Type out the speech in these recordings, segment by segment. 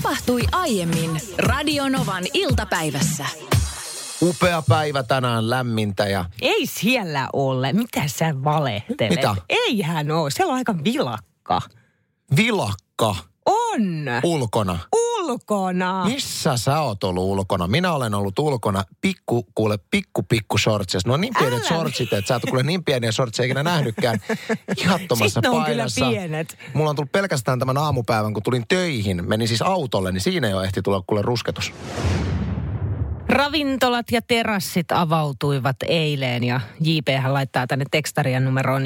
Tapahtui aiemmin Radionovan iltapäivässä. Upea päivä tänään, lämmintä ja... Ei siellä ole. Mitä sä valehtelet? Mitä? Eihän oo. Siellä on aika vilakka. Vilakka? On. Ulkona? Ulkona. Missä sä oot ollut ulkona? Minä olen ollut ulkona pikku shortseissa. No niin pienet shortsit, että sä et kuule niin pieniä shortseja ikinä nähnytkään. Ihattomassa Sitten on painassa. kyllä pienet. Mulla on tullut pelkästään tämän aamupäivän, kun tulin töihin. Menin siis autolle, niin siinä jo ehti tulla kuule rusketus. Ravintolat ja terassit avautuivat eilen ja JPhän laittaa tänne tekstarian numeroon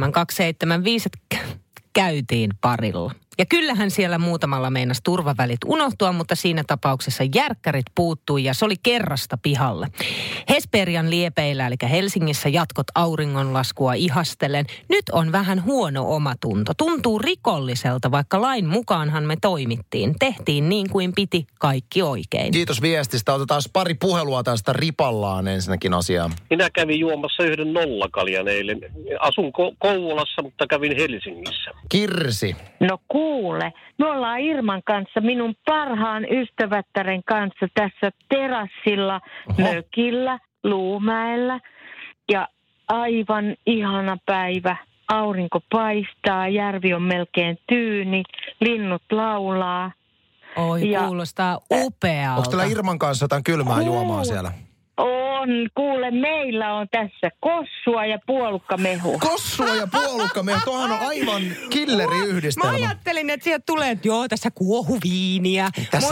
17275, että käytiin parilla. Ja kyllähän siellä muutamalla meinasi turvavälit unohtua, mutta siinä tapauksessa järkkärit puuttui ja se oli kerrasta pihalle. Hesperian liepeillä, eli Helsingissä jatkot auringonlaskua ihastellen. Nyt on vähän huono omatunto. Tuntuu rikolliselta, vaikka lain mukaanhan me toimittiin. Tehtiin niin kuin piti, kaikki oikein. Kiitos viestistä. Otetaan pari puhelua tästä ripallaan ensinnäkin asiaa. Minä kävin juomassa yhden nollakaljan eilen. Asun Kouvolassa, mutta kävin Helsingissä. Kirsi. No kuule, me ollaan Irman kanssa, minun parhaan ystävättären kanssa tässä terassilla, mökillä, Luumäellä. Ja aivan ihana päivä. Aurinko paistaa, järvi on melkein tyyni, linnut laulaa. Oi, kuulostaa upealta. Onko teillä Irman kanssa jotain kylmää juomaa siellä? On, kuule, meillä on tässä kossua ja puolukkamehu. Kossua ja puolukkamehu, tuohan on aivan killeriyhdistelmä. Mä ajattelin, että sieltä tulee, että joo, tässä kuohuviiniä. Tässä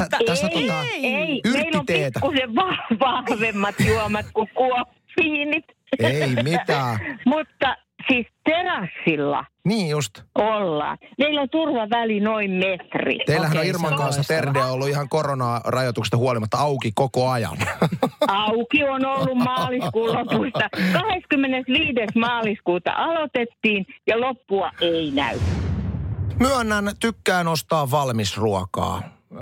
Ei, meillä on yrttiteetä. pikkusen vahvemmat juomat kuin kuohuviinit. Ei mitään. Mutta siis terassilla Niin just. ollaan. Meillä on turvaväli noin metri. Teillähän on Okei, Irman se on kanssa loistavaa. Terde ollut ihan koronarajoituksesta huolimatta auki koko ajan. Auki on ollut maaliskuun lopusta. 25. maaliskuuta aloitettiin ja loppua ei näy. Myönnän, tykkään ostaa valmisruokaa.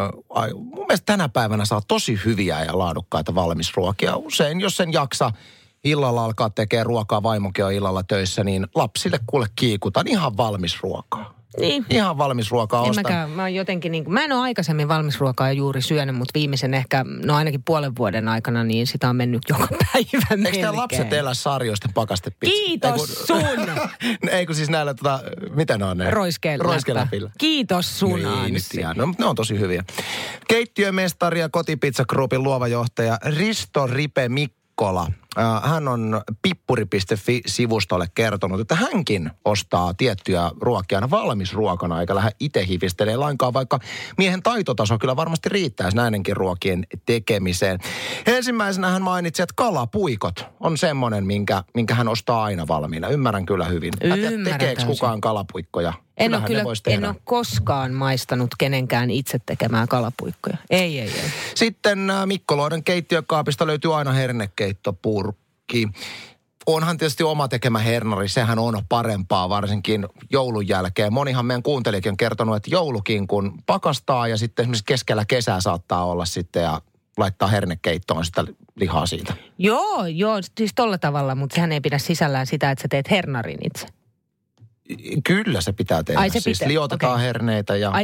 Mun mielestä tänä päivänä saa tosi hyviä ja laadukkaita valmisruokia. Usein, jos sen jaksa illalla alkaa tekemään ruokaa, vaimokin on illalla töissä, niin lapsille kuule kiikutaan ihan valmisruokaa. Niin. Ihan valmisruokaa En ostan. mäkään, mä oon jotenkin niin kuin, mä en ole aikaisemmin valmisruokaa juuri syönyt, mutta viimeisen ehkä, no ainakin puolen vuoden aikana, niin sitä on mennyt joka päivä melkein. Eikö tämä lapset elä sarjoisten pakastepizza? Kiitos sun! Ei kun siis näillä, mitä ne on ne? Roiskeläpillä. Kiitos sun, Niin, Anssi. nyt no, ne on tosi hyviä. Keittiömestari ja Kotipizza Groupin luova johtaja Risto Ripe Mikkola. Hän on pippuri.fi-sivustolle kertonut, että hänkin ostaa tiettyjä ruokia aina valmisruokana, eikä lähde itse hivistelee lainkaan, vaikka miehen taitotaso kyllä varmasti riittäisi näidenkin ruokien tekemiseen. Ensimmäisenä hän mainitsi, että kalapuikot on semmoinen, minkä hän ostaa aina valmiina. Ymmärrän kyllä hyvin. Tekeekö kukaan kalapuikkoja? En ole koskaan maistanut kenenkään itse tekemää kalapuikkoja. Ei. Sitten Mikkoloiden keittiökaapista löytyy aina hernekeittopurkki. Onhan tietysti oma tekemä hernari, sehän on parempaa, varsinkin joulun jälkeen. Monihan meidän kuuntelijakin on kertonut, että joulukin kun pakastaa ja sitten esimerkiksi keskellä kesää saattaa olla sitten ja laittaa hernekeittoon sitä lihaa siitä. Joo, siis tolla tavalla, mutta sehän ei pidä sisällään sitä, että sä teet hernarin itse. Kyllä se pitää tehdä. Ai, se siis pitää. liotetaan herneitä ja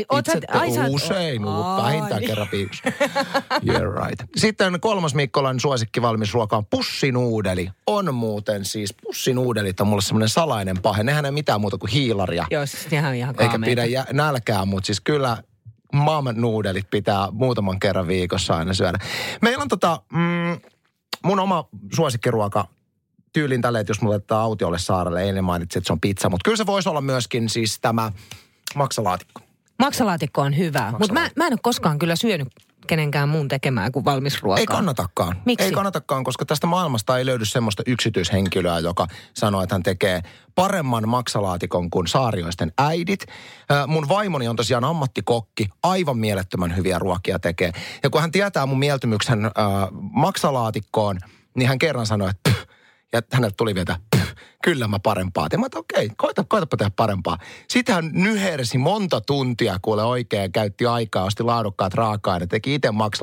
usein, vähintään niin. kerran viikossa. Yeah right. Sitten kolmas Mikkolan suosikkivalmisruoka on pussinuudeli. On muuten siis, pussinuudelit on mulle semmoinen salainen pahe. Nehän ei mitään muuta kuin hiilaria. Joo, siis ihan eikä pidä nälkää, mutta siis kyllä nuudelit pitää muutaman kerran viikossa aina syödä. Meillä on mun oma suosikkiruoka tyylin tälle, että jos mulla laittaa autiolle saarelle, eilen mainitsin, että se on pizza, mutta kyllä se voisi olla myöskin siis tämä maksalaatikko. Maksalaatikko on hyvä, mutta mä en ole koskaan kyllä syönyt kenenkään muun tekemään kuin valmisruokaa. Ei kannatakaan. Miksi? Ei kannatakaan, koska tästä maailmasta ei löydy semmoista yksityishenkilöä, joka sanoo, että hän tekee paremman maksalaatikon kuin Saarioisten äidit. Mun vaimoni on tosiaan ammattikokki, aivan mielettömän hyviä ruokia tekee. Ja kun hän tietää mun mieltymyksen maksalaatikkoon, niin hän kerran sanoi, että ja hänelle tuli vielä, kyllä mä parempaa. Ja mä okei, koetapa tehdä parempaa. Sitten hän nyhersi monta tuntia, kuule oikein, käytti aikaa, osti laadukkaat raaka-aineet, teki itse maksalaatikon.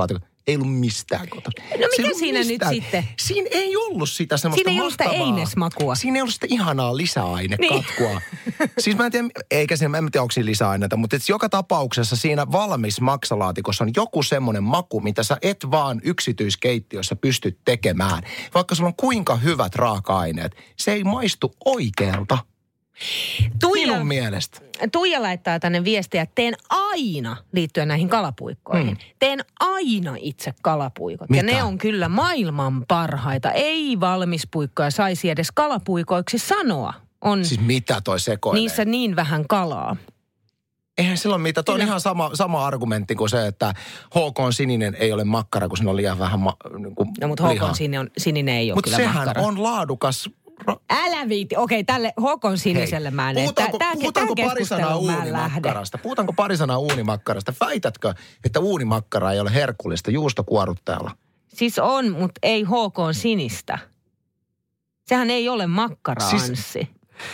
Ei ollut mistään kotona. No mikä siinä nyt sitten? Siinä ei ollut sitä semmoista Siinä ei ollut sitä mahtavaa. einesmakua. Siinä ei ollut sitä ihanaa lisäainekatkua. Niin. Siis mä en tiedä, mä en tiedä, onko siinä lisäaineita, mutta joka tapauksessa siinä valmis maksalaatikossa on joku semmoinen maku, mitä sä et vaan yksityiskeittiössä pysty tekemään. Vaikka sulla on kuinka hyvät raaka-aineet, se ei maistu oikealta. Minun mielestä. Tuija laittaa tänne viestiä, että teen aina liittyen näihin kalapuikkoihin. Teen aina itse kalapuikot. Mitä? Ja ne on kyllä maailman parhaita. Ei valmispuikkoja saisi edes kalapuikoiksi sanoa. On Siis mitä toi sekoilee? niissä niin vähän kalaa. Eihän silloin mitään. Toi on ihan sama argumentti kuin se, että HK sininen ei ole makkara, kun siinä on liian vähän No mutta HK sininen ei ole Mutta kyllä sehän makkara. on laadukas. Älä viiti. Okei, tälle HK siniselle mä en. Puhutaanko pari sanaa uunimakkarasta? Puhutaanko pari sanaa uunimakkarasta? Väitätkö, että uunimakkara ei ole herkullista juustokuoruttajalla? Siis on, mutta ei HK sinistä. Sehän ei ole makkara, Anssi.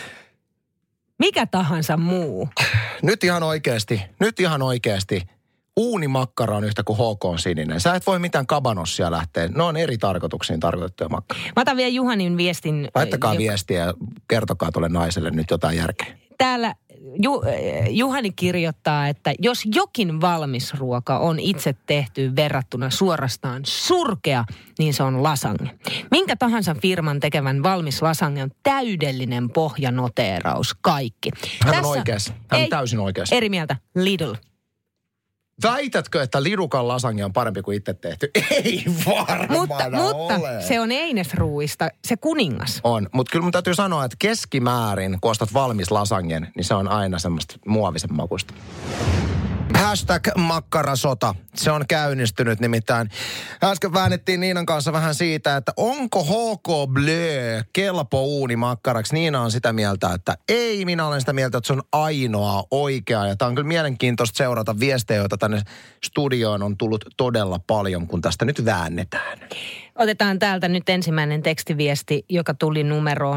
Mikä tahansa muu. Nyt ihan oikeasti. Uunimakkara on yhtä kuin HK sininen. Sä et voi mitään kabanossia lähteä. Ne on eri tarkoituksiin tarkoitettuja makkaroita. Mä otan vielä Juhanin viestin. Laittakaa viestiä ja kertokaa tuolle naiselle nyt jotain järkeä. Täällä Juhani kirjoittaa, että jos jokin valmis ruoka on itse tehty verrattuna suorastaan surkea, niin se on lasagne. Minkä tahansa firman tekevän valmis lasagne on täydellinen pohjanoteeraus, kaikki. Hän on oikeassa. Hän on täysin oikeassa. Eri mieltä. Lidl. Väitätkö, että Lidukan lasagne on parempi kuin itse tehty? Ei varmaan Mutta se on einesruuista se kuningas. On, mutta kyllä mun täytyy sanoa, että keskimäärin, kun ostat valmis lasagnen, niin se on aina semmoista muovisen makusta. #makkarasota. Se on käynnistynyt nimittäin. Äsken väännettiin Niinan kanssa vähän siitä, että onko HK Bleu kelpo uunimakkaraksi. Niina on sitä mieltä, että ei. Minä olen sitä mieltä, että se on ainoa oikea. Ja tämä on kyllä mielenkiintoista seurata viestejä, joita tänne studioon on tullut todella paljon, kun tästä nyt väännetään. Otetaan täältä nyt ensimmäinen tekstiviesti, joka tuli numeroon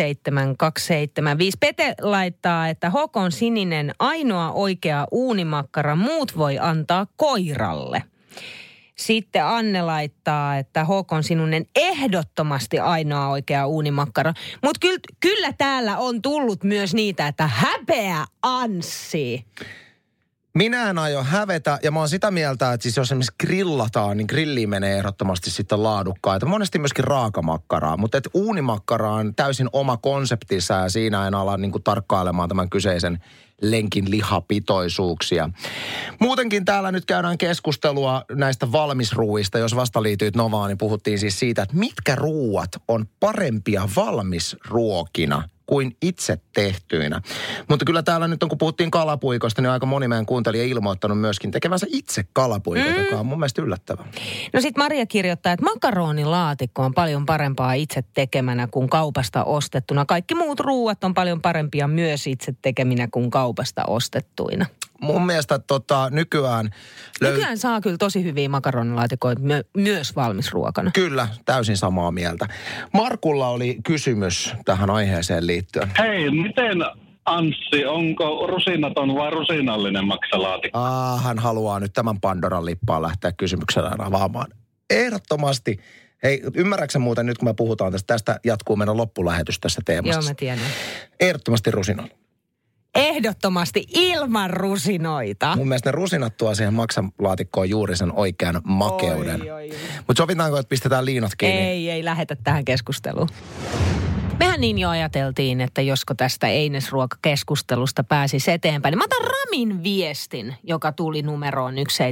17275. Pete laittaa, että HK on sininen ainoa oikea uunimakkara, muut voi antaa koiralle. Sitten Anne laittaa, että HK on sininen ehdottomasti ainoa oikea uunimakkara. Mutta kyllä täällä on tullut myös niitä, että häpeä Anssi. Minä en aio hävetä, ja mä oon sitä mieltä, että siis jos esimerkiksi grillataan, niin grilliin menee ehdottomasti sitten laadukkaita. Monesti myöskin raakamakkaraa, mutta että uunimakkara on täysin oma konseptissa, ja siinä en ala niin kuin tarkkailemaan tämän kyseisen lenkin lihapitoisuuksia. Muutenkin täällä nyt käydään keskustelua näistä valmisruuista. Jos vasta liityit Novaan, niin puhuttiin siis siitä, että mitkä ruuat on parempia valmisruokina kuin itse tehtyinä. Mutta kyllä täällä nyt on, kun puhuttiin kalapuikosta, niin aika moni meidän kuuntelija ilmoittanut myöskin tekevänsä itse kalapuikot, joka on mun mielestä yllättävää. No sit Maria kirjoittaa, että makaronilaatikko on paljon parempaa itse tekemänä kuin kaupasta ostettuna. Kaikki muut ruuat on paljon parempia myös itse tekeminä kuin kaupasta ostettuina. Mun mielestä nykyään saa kyllä tosi hyviä makaronilaatikoita myös valmisruokana. Kyllä, täysin samaa mieltä. Markulla oli kysymys tähän aiheeseen liittyen. Hei, miten Anssi, onko rusinaton vai rusinallinen maksalaatikko? Hän haluaa nyt tämän Pandoran lippaan lähteä kysymyksellä avaamaan. Ehdottomasti. Hei, ymmärräksä muuten nyt, kun me puhutaan tästä jatkuu meidän loppulähetys tässä teemassa. Joo, mä tiedän. Ehdottomasti rusinalla. Ehdottomasti ilman rusinoita. Mun mielestä ne rusinat tuo siihen maksalaatikkoon juuri sen oikean makeuden. Mutta sovitaanko, että pistetään liinat kiinni? Ei lähetä tähän keskusteluun. Mehän niin jo ajateltiin, että josko tästä einesruokakeskustelusta pääsisi eteenpäin. Niin mä otan Ramin viestin, joka tuli numeroon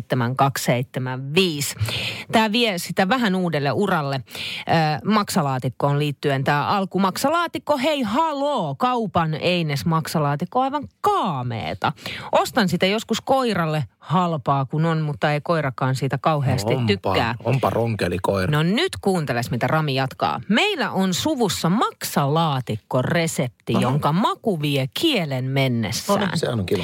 17275. Tämä vie sitä vähän uudelle uralle maksalaatikkoon liittyen. Tämä alkumaksalaatikko, hei haloo, kaupan einesmaksalaatikko on aivan kaameeta. Ostan sitä joskus koiralle halpaa kun on, mutta ei koirakaan siitä kauheasti tykkää. Onpa ronkelikoira. No nyt kuunteles, mitä Rami jatkaa. Meillä on suvussa maksalaatikko-resepti, jonka maku vie kielen mennessään. No, se on kiva.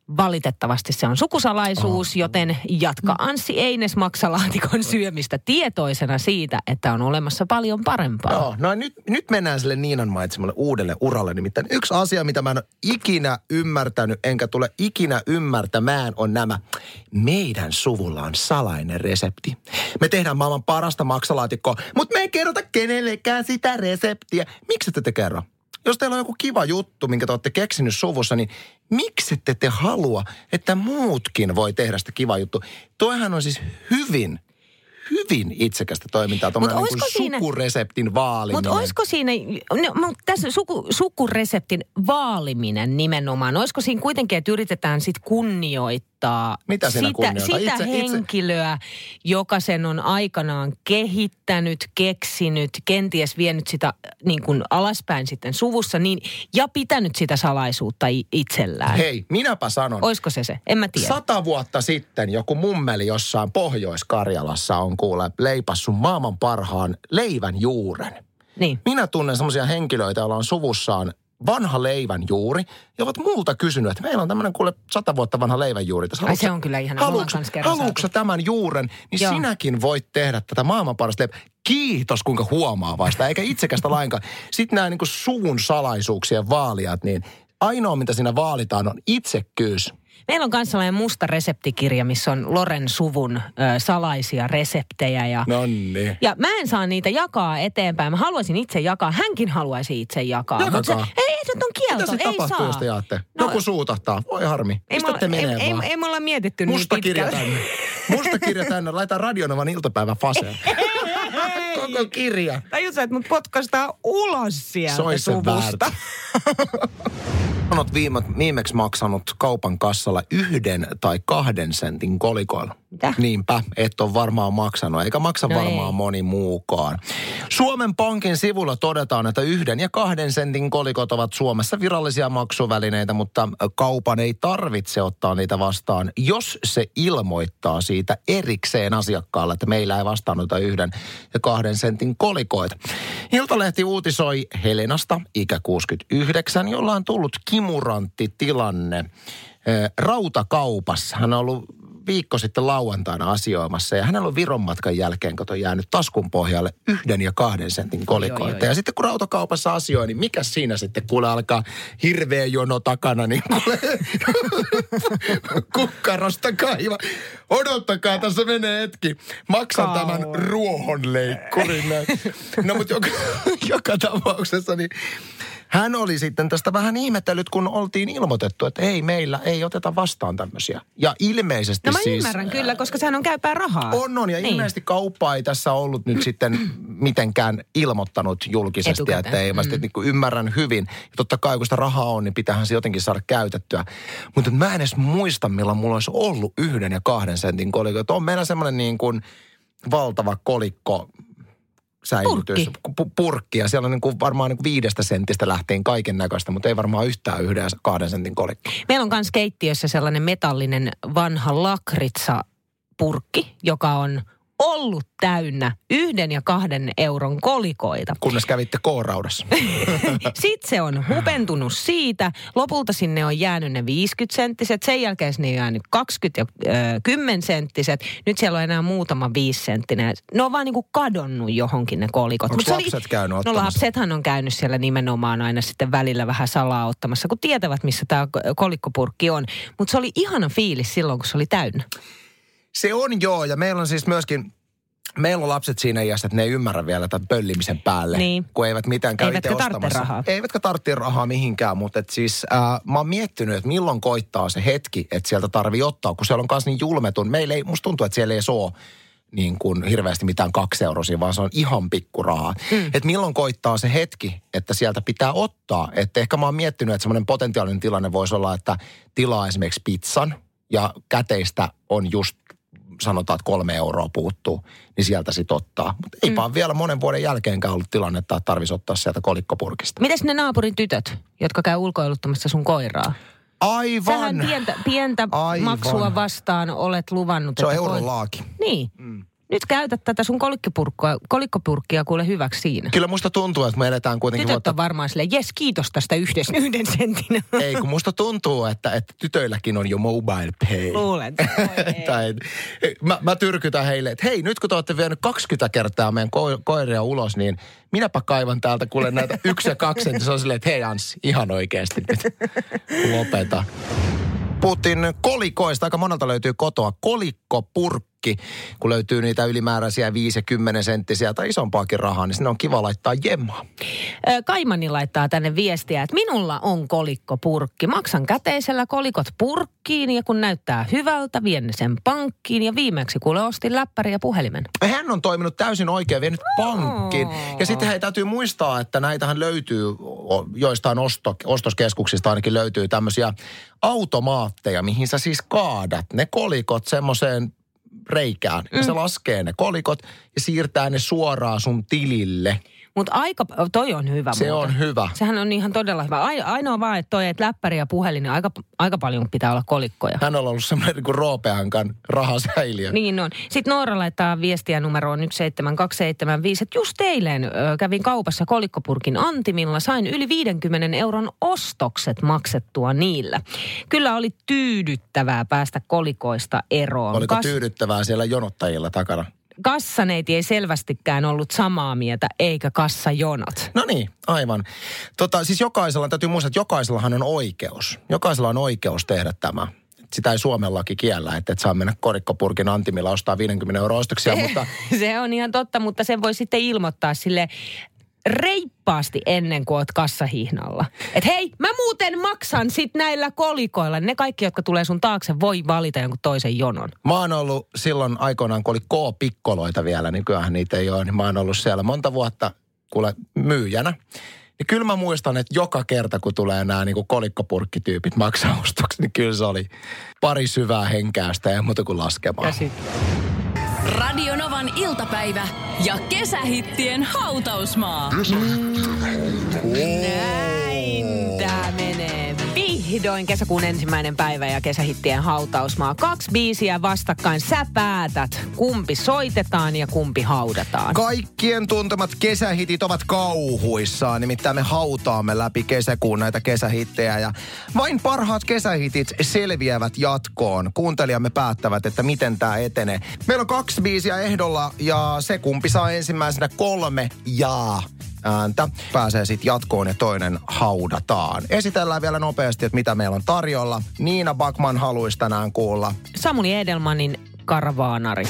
valitettavasti se on sukusalaisuus, joten jatka Anssi Eines maksalaatikon syömistä tietoisena siitä, että on olemassa paljon parempaa. Joo, no nyt mennään sille Niinan mainitsemalle uudelle uralle. Nimittäin yksi asia, mitä mä en ole ikinä ymmärtänyt, enkä tule ikinä ymmärtämään, on nämä. Meidän suvulla on salainen resepti. Me tehdään maailman parasta maksalaatikkoa, mutta me ei kerrota kenellekään sitä reseptiä. Miksi te kerro? Jos teillä on joku kiva juttu, minkä te olette keksinyt suvussa, niin miksi te halua, että muutkin voi tehdä sitä kiva juttu? Toihan on siis hyvin itsekästä toimintaa, tuommoinen niin sukureseptin vaaliminen. Mutta olisiko siinä, tässä sukureseptin vaaliminen nimenomaan, olisiko siinä kuitenkin, että yritetään sitten kunnioittaa sitä henkilöä, joka sen on aikanaan kehittänyt, keksinyt, kenties vienyt sitä niin kuin alaspäin sitten suvussa niin, ja pitänyt sitä salaisuutta itsellään. Hei, minäpä sanon. Olisiko se? En mä tiedä. 100 vuotta sitten joku mummeli jossain Pohjois-Karjalassa on kuule leipassun maailman parhaan leivän juuren. Niin. Minä tunnen semmoisia henkilöitä, joilla on suvussaan vanha leivän juuri, ja ovat multa kysynyt, että meillä on tämmöinen kuule 100 vuotta vanha leivän juuri. Se on kyllä ihan haluatko tämän juuren, niin joo, sinäkin voit tehdä tätä maailman parasta leipää. Kiitos, kuinka huomaavasta, eikä itsekästä lainkaan. Sitten nämä niin kuin suvun salaisuuksien vaalijat, niin ainoa mitä siinä vaalitaan on itsekkyys. Meillä on myös sellainen musta reseptikirja, missä on Loren suvun salaisia reseptejä. Ja mä en saa niitä jakaa eteenpäin. Mä haluaisin itse jakaa. Hänkin haluaisi itse jakaa. Jakakaa. Ei, se on kielto. Mitä se ei tapahtuu, saa. jos te jaatte? Joku suutahtaa. Voi harmi. Mistä te menee vaan? Ei me olla mietitty musta niin kirja tänne. Musta kirja tänne. Laita Radionovan iltapäivä faseen. Koko kirja. Tajutko, että mut potkastaa ulos sieltä suvusta. Olet viimeksi maksanut kaupan kassalla 1 tai 2 sentin kolikoilla. Mitä? Niinpä, et ole varmaan maksanut, eikä maksa varmaan moni muukaan. Suomen Pankin sivulla todetaan, että 1 ja 2 sentin kolikot ovat Suomessa virallisia maksuvälineitä, mutta kaupan ei tarvitse ottaa niitä vastaan, jos se ilmoittaa siitä erikseen asiakkaalle, että meillä ei vastaanota 1 ja 2 sentin kolikoita. Iltalehti uutisoi Helenasta, ikä 69, jolla on tullut kimurantti tilanne rautakaupassa. Hän on ollut viikko sitten lauantaina asioimassa ja hänellä on Viron matkan jälkeen, kun on jäänyt taskun pohjalle 1 ja 2 sentin kolikoita. Ja sitten kun rautakaupassa asioi, niin mikä siinä sitten kuule alkaa hirveä jono takana, niin kuule kukkarosta kaiva. Odottakaa, tässä menee hetki. Maksan tämän ruohonleikkurin. No mutta joka tapauksessa niin hän oli sitten tästä vähän ihmetellyt, kun oltiin ilmoitettu, että ei, meillä ei oteta vastaan tämmöisiä. Ja ilmeisesti mä ymmärrän kyllä, koska sehän on käypää rahaa. On, ja ilmeisesti kauppa ei tässä ollut nyt sitten mitenkään ilmoittanut julkisesti, etukäteen. Että ei mä sitten niin ymmärrän hyvin. Ja totta kai, kun sitä rahaa on, niin pitäähän se jotenkin saada käytettyä. Mutta mä en edes muista, milloin mulla olisi ollut 1 ja 2 sentin kolikko. On meillä semmoinen niin kuin valtava kolikko säilytys. Purkki. Ja siellä on niin kuin varmaan niin kuin 5 sentistä lähtien kaiken näköistä, mutta ei varmaan yhtään 1 ja 2 sentin kolikko. Meillä on myös keittiössä sellainen metallinen vanha lakritsa-purkki, joka on ollut täynnä 1 ja 2 euron kolikoita. Kunnes kävitte K-raudassa. Sitten se on hupentunut siitä. Lopulta sinne on jäänyt ne 50-senttiset. Sen jälkeen sinne on jäänyt 20 ja 10-senttiset. Nyt siellä on enää muutama 5-senttinen. Ne on vaan niin kuin kadonnut johonkin ne kolikot. Onko lapset käynyt ottamassa? No lapsethan on käynyt siellä nimenomaan aina sitten välillä vähän salaa ottamassa, kun tietävät, missä tämä kolikkopurkki on. Mutta se oli ihana fiilis silloin, kun se oli täynnä. Se on joo, ja meillä on siis myöskin, meillä on lapset siinä iässä, että ne ei ymmärrä vielä tämän pöllimisen päälle, niin. Kun eivät mitään käy itse ostamassa. Rahaa. Eivätkä tarvitse rahaa mihinkään, mutta siis mä oon miettinyt, että milloin koittaa se hetki, että sieltä tarvii ottaa, kun siellä on kanssa niin julmetun. Meillä ei, musta tuntuu, että siellä ei ole niin kuin hirveästi mitään 2 eurosia, vaan se on ihan pikkurahaa. Että milloin koittaa se hetki, että sieltä pitää ottaa. Että ehkä mä oon miettinyt, että semmoinen potentiaalinen tilanne voisi olla, että tilaa esimerkiksi pizzan ja käteistä on just sanotaan, että 3 euroa puuttuu, niin sieltä sitten ottaa. Mutta eipä ole vielä monen vuoden jälkeenkään ollut tilannetta, että tarvitsisi ottaa sieltä kolikkopurkista. Mites ne naapurin tytöt, jotka käy ulkoiluttamassa sun koiraa? Aivan. Sähän pientä maksua vastaan olet luvannut. Se on euron laaki. Niin. nyt käytä tätä sun kolikkopurkkia kuule hyväksi siinä. Kyllä musta tuntuu, että me edetään kuitenkin... Tytöt on varmaan silleen, jes, kiitos tästä yhden sentin. Ei, kun musta tuntuu, että tytöilläkin on jo mobile pay. Luulen. Mä tyrkytän heille, että hei, nyt kun te olette vienyt 20 kertaa meidän koiria ulos, niin minäpä kaivan täältä kuule näitä 1 ja 2 sentin. Se on silleen, että hei Anssi, ihan oikeasti nyt lopeta. Puhuttiin kolikoista, aika monelta löytyy kotoa kolikkopurkki. Kun löytyy niitä ylimääräisiä 5 ja 10 senttisiä tai isompaakin rahaa, niin sinne on kiva laittaa jemmaa. Kaimani laittaa tänne viestiä, että minulla on kolikkopurkki. Maksan käteisellä kolikot purkkiin ja kun näyttää hyvältä, vien sen pankkiin ja viimeksi kuule ostin läppäri ja puhelimen. Hän on toiminut täysin oikein, vienyt pankkiin. Ja sitten hei, täytyy muistaa, että näitähän löytyy joistain ostoskeskuksista ainakin löytyy tämmöisiä automaatteja, mihin sä siis kaadat ne kolikot semmoiseen reikään. Ja se laskee ne kolikot ja siirtää ne suoraan sun tilille. Mutta toi on hyvä. Se on hyvä. Sehän on ihan todella hyvä. Ainoa vaan, että toi, että läppäri ja puhelin, niin aika paljon pitää olla kolikkoja. Hän on ollut semmoinen niin kuin Roopeankan rahasäiliö. Niin on. Sitten Noora laittaa viestiä numeroon 17275, että just eilen kävin kaupassa kolikkopurkin antimilla, sain yli 50 euron ostokset maksettua niillä. Kyllä oli tyydyttävää päästä kolikoista eroon. Oliko tyydyttävää siellä jonottajilla takana? Kassaneiti ei selvästikään ollut samaa mieltä, eikä kassajonot. No niin, aivan. Siis jokaisella, täytyy muistaa, että jokaisellahan on oikeus. Jokaisella on oikeus tehdä tämä. Sitä ei Suomen laki kiellä, että et saa mennä kolikkopurkin antimilla ostaa 50 € ostoksia, mutta... Se on ihan totta, mutta sen voi sitten ilmoittaa sille reippaasti ennen kuin oot kassahihnalla. Että hei, mä muuten maksan sit näillä kolikoilla. Ne kaikki, jotka tulee sun taakse, voi valita jonkun toisen jonon. Mä oon ollut silloin aikoinaan, kun oli K-pikkoloita vielä, nykyään niitä ei ole, niin mä oon ollut siellä monta vuotta kuule myyjänä. Niin kyllä mä muistan, että joka kerta, kun tulee nämä niin kuin kolikkopurkkityypit maksaa ostoksi, niin kyllä se oli pari syvää henkäystä ja muuta kuin laskemaan. Radio Novan iltapäivä ja kesähittien hautausmaa. Näin tää menee. Vihdoin kesäkuun 1. päivä ja kesähittien hautausmaa. 2 biisiä vastakkain. Sä päätät, kumpi soitetaan ja kumpi haudataan. Kaikkien tuntemat kesähitit ovat kauhuissaan. Nimittäin me hautaamme läpi kesäkuun näitä kesähittejä. Ja vain parhaat kesähitit selviävät jatkoon. Kuuntelijamme päättävät, että miten tää etenee. Meillä on 2 biisiä ehdolla ja se kumpi saa ensimmäisenä 3 ääntä. Pääsee sitten jatkoon ja toinen haudataan. Esitellään vielä nopeasti, että mitä meillä on tarjolla. Niina Backman haluaisi tänään kuulla. Samuli Edelmanin Karavaanari.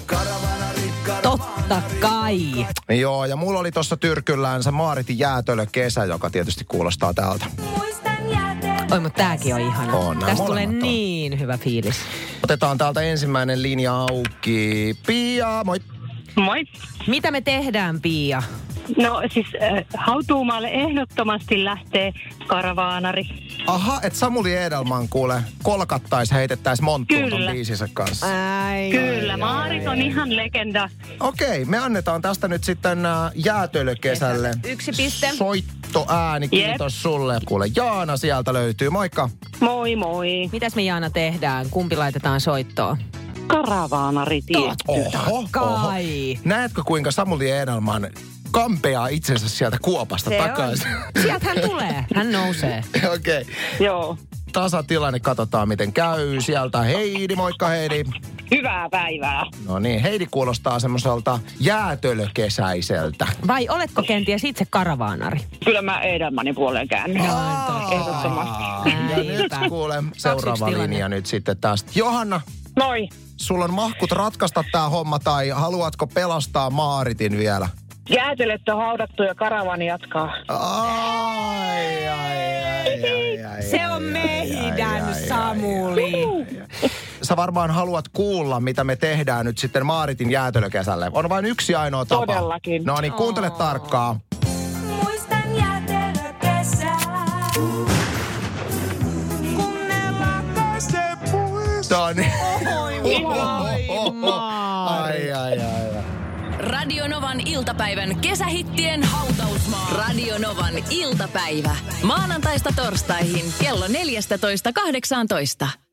Totta kai. Joo, ja mulla oli tuossa tyrkylläänsä Maaritin Jäätölö kesä, joka tietysti kuulostaa täältä. Oi, mutta tääkin on ihana. Tästä tulee niin hyvä fiilis. Otetaan täältä ensimmäinen linja auki. Pia, moi. Moi. Mitä me tehdään, Pia? No siis hautuumaalle ehdottomasti lähtee Karavaanari. Aha, että Samuli Edelman kuule kolkattaisi, heitettäisi monttuun ton biisinsä kanssa. Kyllä, Maarit on ihan legenda. Okei, me annetaan tästä nyt sitten Jäätölökesälle 1 piste. Soittoääni, kiitos sulle. Kuule, Jaana sieltä löytyy, moikka. Moi moi. Mitäs me Jaana tehdään? Kumpi laitetaan soittoon? Karavaanari tietty. Oho. Näetkö kuinka Samuli Edelman kampeaa itsensä sieltä kuopasta takaisin? Sieltä hän tulee, hän nousee. Okei. Joo. Tasatilanne, katsotaan miten käy. Sieltä Heidi, moikka Heidi. Hyvää päivää. No niin, Heidi kuulostaa semmoiselta jäätölökesäiseltä. Vai oletko kenties itse karavaanari? Kyllä mä Edelmanin puoleen käännyn. Ehdottomasti. Ja nyt kuule seuraava linja nyt sitten tästä. Johanna. Moi. Sulla on mahkut ratkaista tää homma tai haluatko pelastaa Maaritin vielä? Jäätelöt on haudattu ja karavani jatkaa. Ai. Se on meidän Samuli. Sä varmaan haluat kuulla, mitä me tehdään nyt sitten Maaritin Jäätölökesälle. On vain yksi ainoa tapa. Todellakin. No niin, kuuntele tarkkaan. Muistan jäätelökesää, kun ne lakase puissa. Toni. Ai. Radio Novan iltapäivän kesähittien hautausmaa. Radio Novan iltapäivä. Maanantaista torstaihin kello 14.18.